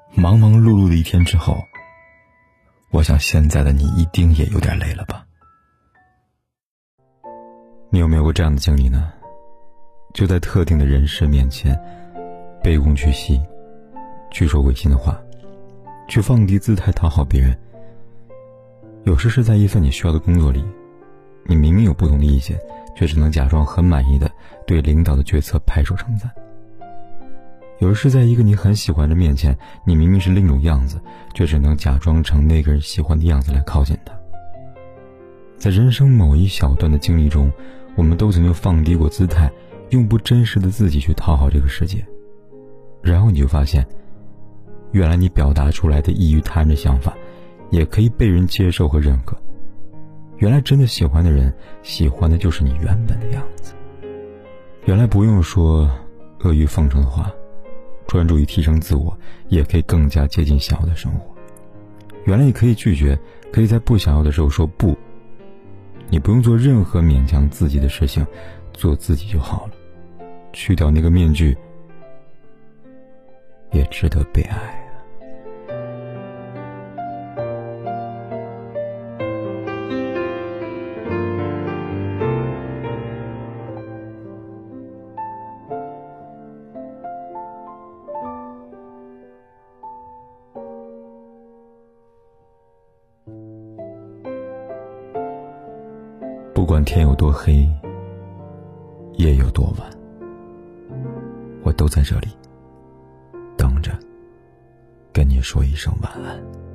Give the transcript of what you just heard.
忙忙碌碌的一天之后，我想现在的你一定也有点累了吧。你有没有过这样的经历呢？就在特定的人士面前卑躬屈膝，去说违心的话，去放低姿态讨好别人。有时是在一份你需要的工作里，你明明有不同的意见，却只能假装很满意的对领导的决策拍手称赞。有时是在一个你很喜欢的面前，你明明是另一种样子，却只能假装成那个人喜欢的样子来靠近他。在人生某一小段的经历中，我们都曾经放低过姿态，用不真实的自己去讨好这个世界。然后你就发现，原来你表达出来的异于他人的想法也可以被人接受和认可。原来真的喜欢的人，喜欢的就是你原本的样子。原来不用说阿谀奉承的话，专注于提升自我，也可以更加接近想要的生活。原来你可以拒绝，可以在不想要的时候说不。你不用做任何勉强自己的事情，做自己就好了。去掉那个面具，也值得被爱啊。不管天有多黑，夜有多晚，我都在这里等着跟你说一声晚安。